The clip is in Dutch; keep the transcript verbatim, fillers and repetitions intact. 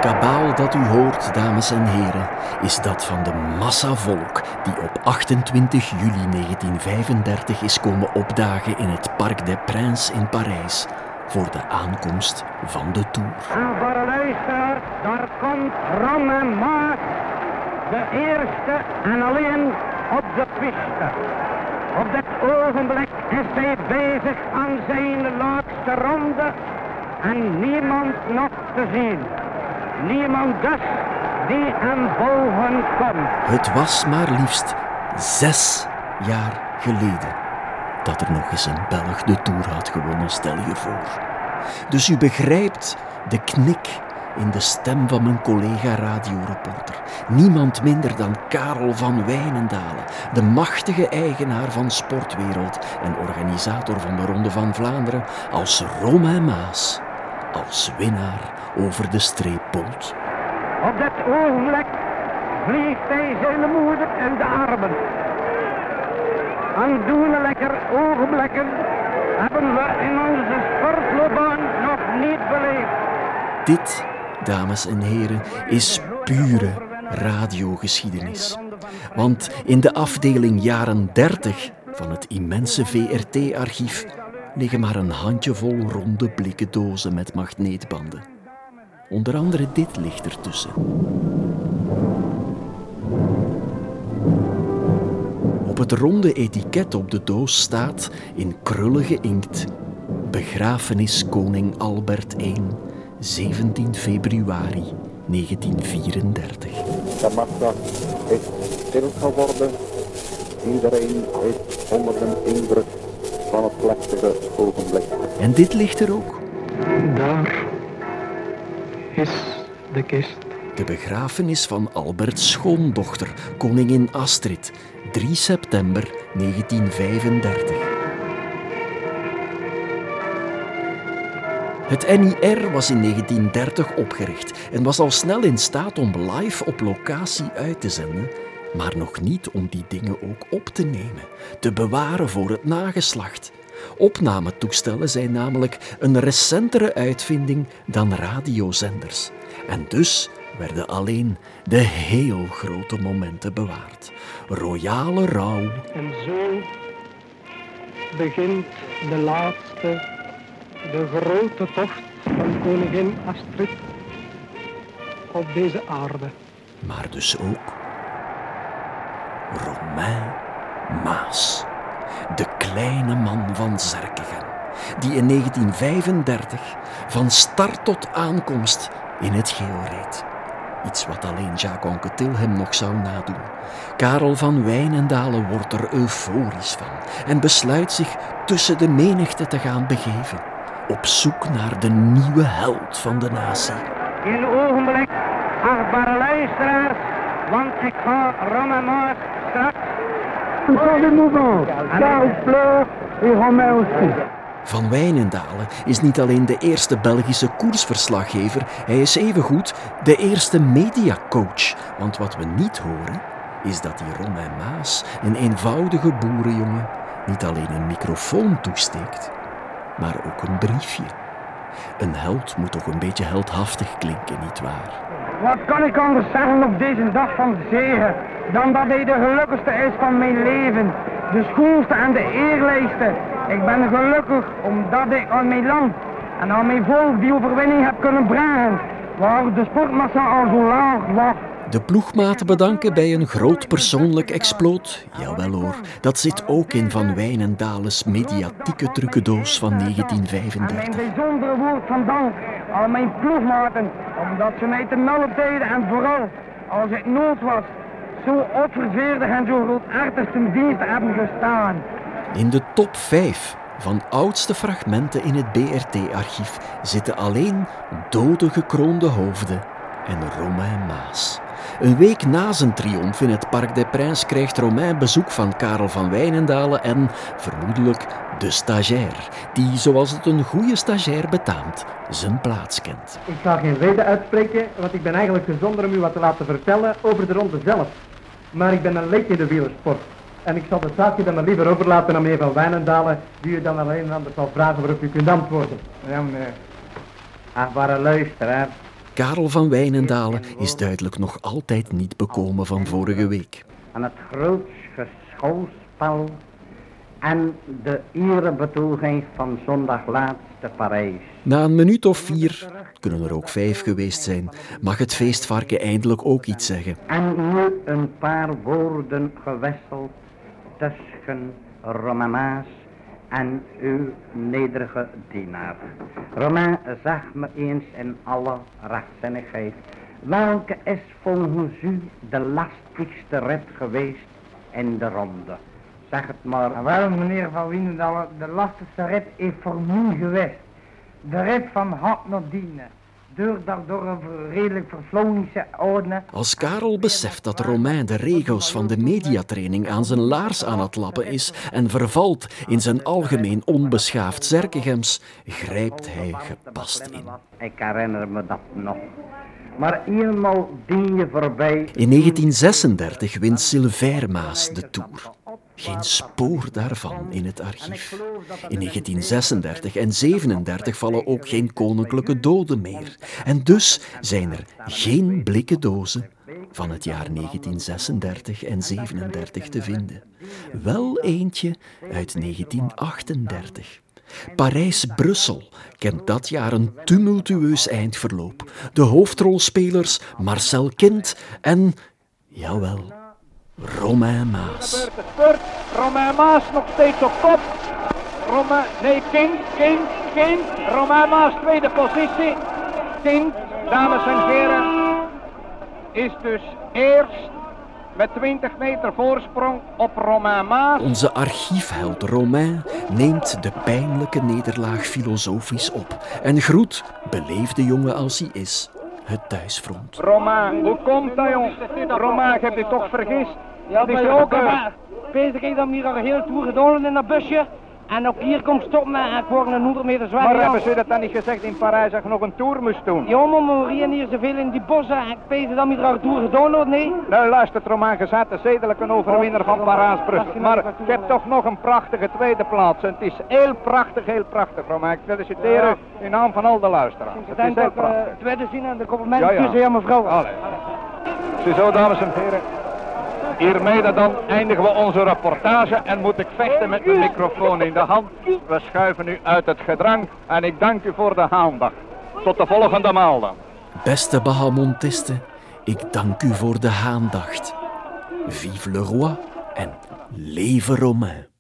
kabaal dat u hoort, dames en heren, is dat van de massa volk die op achtentwintig juli negentien vijfendertig is komen opdagen in het Parc des Princes in Parijs voor de aankomst van de Tour. En voor de luisteraars, daar komt Ron en Maas, de eerste en alleen op de piste. Op dit ogenblik is hij bezig aan zijn laatste ronde en niemand nog te zien. Niemand dus die hem volgen kon. Het was maar liefst zes jaar geleden dat er nog eens een Belg de Tour had gewonnen, stel je voor. Dus u begrijpt de knik in de stem van mijn collega-radioreporter. Niemand minder dan Karel van Wijnendale, de machtige eigenaar van Sportwereld en organisator van de Ronde van Vlaanderen, als Romain Maas, als winnaar over de streep bolt. Op dit ogenblik vliegt hij zijn moeder in de armen. Aandoenlijker ogenblikken hebben we in onze sportloopbaan nog niet beleefd. Dit, dames en heren, is pure radiogeschiedenis. Want in de afdeling jaren dertig van het immense V R T-archief liggen maar een handjevol ronde blikken dozen met magneetbanden. Onder andere dit ligt ertussen. Op het ronde etiket op de doos staat in krullige inkt: Begrafenis koning Albert de Eerste, zeventien februari negentien vierendertig. De massa is stil geworden. Iedereen is onder de indruk van het plechtige ogenblik. En dit ligt er ook. Daar is de kist. De begrafenis van Alberts schoondochter, koningin Astrid, drie september negentien vijfendertig. Het N I R was in negentien dertig opgericht en was al snel in staat om live op locatie uit te zenden, maar nog niet om die dingen ook op te nemen, te bewaren voor het nageslacht. Opnametoestellen zijn namelijk een recentere uitvinding dan radiozenders. En dus werden alleen de heel grote momenten bewaard. Royale rouw. En zo begint de laatste, de grote tocht van koningin Astrid op deze aarde. Maar dus ook Romain Maas, de kleine man van Zerkegem, die in negentien vijfendertig van start tot aankomst in het geel reed. Iets wat alleen Jacques Anquetil hem nog zou nadoen. Karel van Wijnendale wordt er euforisch van en besluit zich tussen de menigte te gaan begeven, op zoek naar de nieuwe held van de natie. In een ogenblik, achtbare luisteraars, want ik ga Romain Maas straks... Van Wijnendale is niet alleen de eerste Belgische koersverslaggever, hij is evengoed de eerste mediacoach. Want wat we niet horen, is dat die Romain Maas, een eenvoudige boerenjongen, niet alleen een microfoon toesteekt, maar ook een briefje. Een held moet toch een beetje heldhaftig klinken, nietwaar? Wat kan ik anders zeggen op deze dag van zegen, dan dat hij de gelukkigste is van mijn leven, de schoonste en de eerlijkste. Ik ben gelukkig omdat ik aan mijn land en aan mijn volk die overwinning heb kunnen brengen, waar de sportmassa al zo laag was. De ploegmaten bedanken bij een groot persoonlijk exploot. Jawel hoor, dat zit ook in Van Wijnendales mediatieke trucendoos van negentien vijfendertig. En mijn bijzondere woord van dank aan mijn ploegmaten, omdat ze mij ten alle tijden en vooral als het nood was, zo opverveerdig en zo grootaardig ten dienste hebben gestaan. In de top vijf van oudste fragmenten in het B R T-archief zitten alleen dode gekroonde hoofden en Romain Maas. Een week na zijn triomf in het Parc des Princes krijgt Romain bezoek van Karel van Wijnendale en, vermoedelijk, de stagiair, die, zoals het een goede stagiair betaamt, zijn plaats kent. Ik ga geen reden uitspreken, want ik ben eigenlijk gezonden om u wat te laten vertellen over de ronde zelf. Maar ik ben een leek in de wielersport. En ik zal de zaakje dan maar liever overlaten aan meneer Van Wijnendale, die u dan alleen en ander zal vragen waarop u kunt antwoorden. Ja, meneer. Achtbare luisteraar, Karel van Wijnendale is duidelijk nog altijd niet bekomen van vorige week. Aan het grootste schouwspel en de erebetooging van zondag laatst te Parijs. Na een minuut of vier, kunnen er ook vijf geweest zijn, mag het feestvarken eindelijk ook iets zeggen. En nu een paar woorden gewisseld tussen Romain Maas en uw nederige dienaar. Romain, zeg me eens in alle rechtzinnigheid, welke is volgens u de lastigste rit geweest in de ronde? Zeg het maar. Wel, meneer Van Wijnendale, de lastigste rit is voor mij geweest. De rit van Hart naar Dienen. Door, door een redelijk verflonische orde. Als Karel beseft dat Romain de regels van de mediatraining aan zijn laars aan het lappen is en vervalt in zijn algemeen onbeschaafd Zerkegems, grijpt hij gepast in. Ik herinner me dat nog. Maar eenmaal dien je voorbij. In negentien zesendertig wint Sylvain Maas de Tour. Geen spoor daarvan in het archief. In negentien zesendertig en zevenendertig vallen ook geen koninklijke doden meer. En dus zijn er geen blikken dozen van het jaar negentien zesendertig en zevenendertig te vinden. Wel eentje uit negentien achtendertig. Parijs-Brussel kent dat jaar een tumultueus eindverloop. De hoofdrolspelers Marcel Kind en, jawel, Romain Maas. Spurt, Romain Maas nog steeds op kop. Romain, nee, Kind, Kind, Kind. Romain Maas, tweede positie. Kind, dames en heren, is dus eerst met twintig meter voorsprong op Romain Maas. Onze archiefheld Romain neemt de pijnlijke nederlaag filosofisch op en groet, beleefde jongen als hij is, het thuisfront. Romain, hoe komt dat, jong? Romain, ik heb je toch vergist? Ja, bij ook, maar bezig is dat we hier al een hele tour gedaan in dat busje. En ook hier komt stoppen en ik word een honderd meter zwaar. Maar hebben ze dat dan niet gezegd in Parijs dat je nog een tour moest doen? Ja, maar we rijden hier zoveel in die bossen en ik weet dat we hier al een tour gedaan wordt, nee? Nou, luistert Romain, je bent de zedelijke overwinnaar van Parijs-Brussel. Maar je hebt toch nog een prachtige tweede plaats. En het is heel prachtig, heel prachtig, Romain. Ik feliciteer u in naam van al de luisteraars. Ik Het denk is heel dat prachtig. uh, tweede zien en de complimenten Ja, ja. tussen aan mevrouw. Allee. Ziezo, dames en heren. Hiermee dan eindigen we onze reportage en moet ik vechten met mijn microfoon in de hand. We schuiven u uit het gedrang en ik dank u voor de aandacht. Tot de volgende maal dan. Beste Bahamontisten, ik dank u voor de aandacht. Vive le roi en leve Romain.